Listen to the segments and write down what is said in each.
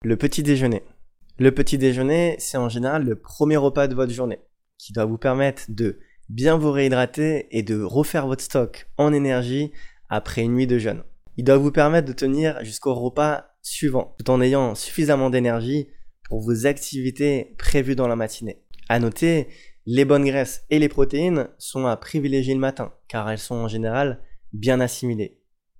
Le petit déjeuner. Le petit déjeuner, c'est en général le premier repas de votre journée qui doit vous permettre de bien vous réhydrater et de refaire votre stock en énergie après une nuit de jeûne. Il doit vous permettre de tenir jusqu'au repas suivant tout en ayant suffisamment d'énergie pour vos activités prévues dans la matinée. À noter, les bonnes graisses et les protéines sont à privilégier le matin car elles sont en général bien assimilées.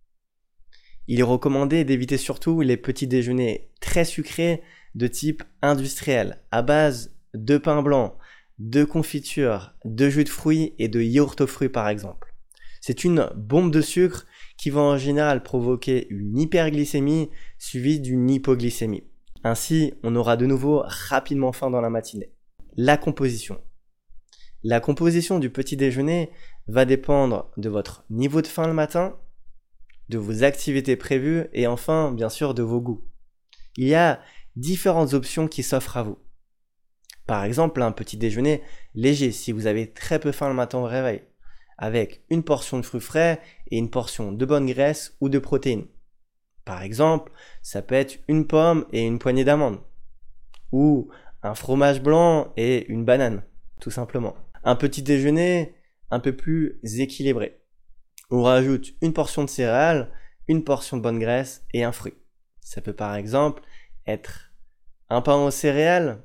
Il est recommandé d'éviter surtout les petits déjeuners très sucrés de type industriel, à base de pain blanc, de confiture, de jus de fruits et de yaourt aux fruits par exemple. C'est une bombe de sucre qui va en général provoquer une hyperglycémie suivie d'une hypoglycémie. Ainsi, on aura de nouveau rapidement faim dans la matinée. La composition. La composition du petit déjeuner va dépendre de votre niveau de faim le matin, de vos activités prévues et enfin, bien sûr, de vos goûts. Il y a différentes options qui s'offrent à vous. Par exemple, un petit déjeuner léger si vous avez très peu faim le matin au réveil, avec une portion de fruits frais et une portion de bonne graisse ou de protéines. Par exemple, ça peut être une pomme et une poignée d'amandes, ou un fromage blanc et une banane, tout simplement. Un petit déjeuner un peu plus équilibré. On rajoute une portion de céréales, une portion de bonne graisse et un fruit. Ça peut par exemple être un pain aux céréales,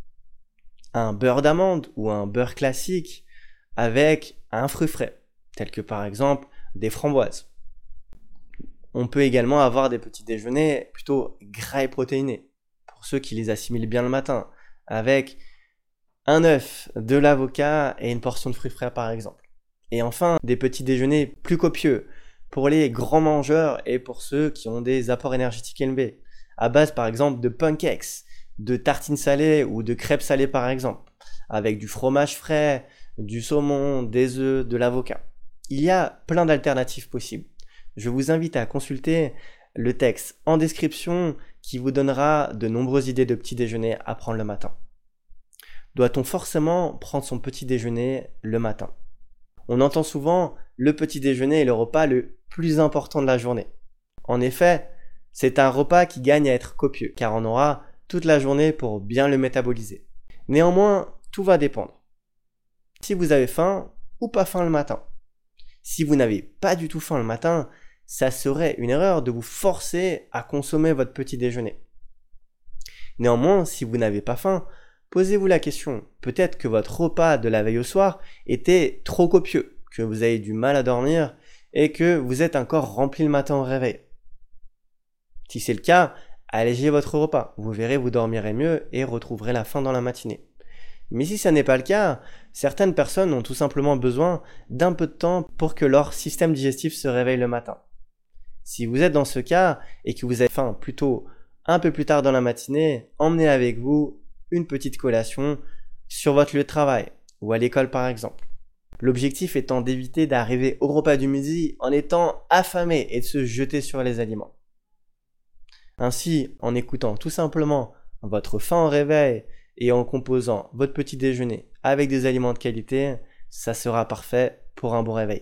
un beurre d'amande ou un beurre classique avec un fruit frais, tel que par exemple des framboises. On peut également avoir des petits déjeuners plutôt gras et protéinés, pour ceux qui les assimilent bien le matin, avec un œuf, de l'avocat et une portion de fruits frais par exemple. Et enfin, des petits déjeuners plus copieux pour les grands mangeurs et pour ceux qui ont des apports énergétiques élevés, à base par exemple de pancakes, de tartines salées ou de crêpes salées par exemple, avec du fromage frais, du saumon, des œufs, de l'avocat. Il y a plein d'alternatives possibles. Je vous invite à consulter le texte en description qui vous donnera de nombreuses idées de petits déjeuners à prendre le matin. Doit-on forcément prendre son petit déjeuner le matin ? On entend souvent le petit déjeuner est le repas le plus important de la journée. En effet, c'est un repas qui gagne à être copieux, car on aura toute la journée pour bien le métaboliser. Néanmoins, tout va dépendre. Si vous avez faim ou pas faim le matin. Si vous n'avez pas du tout faim le matin, ça serait une erreur de vous forcer à consommer votre petit déjeuner. Néanmoins, si vous n'avez pas faim, posez-vous la question, peut-être que votre repas de la veille au soir était trop copieux, que vous avez du mal à dormir et que vous êtes encore rempli le matin au réveil. Si c'est le cas, allégez votre repas, vous verrez vous dormirez mieux et retrouverez la faim dans la matinée. Mais si ça n'est pas le cas, certaines personnes ont tout simplement besoin d'un peu de temps pour que leur système digestif se réveille le matin. Si vous êtes dans ce cas et que vous avez faim plutôt un peu plus tard dans la matinée, emmenez avec vous une petite collation sur votre lieu de travail ou à l'école par exemple. L'objectif étant d'éviter d'arriver au repas du midi en étant affamé et de se jeter sur les aliments. Ainsi, en écoutant tout simplement votre faim au réveil et en composant votre petit déjeuner avec des aliments de qualité, ça sera parfait pour un bon réveil.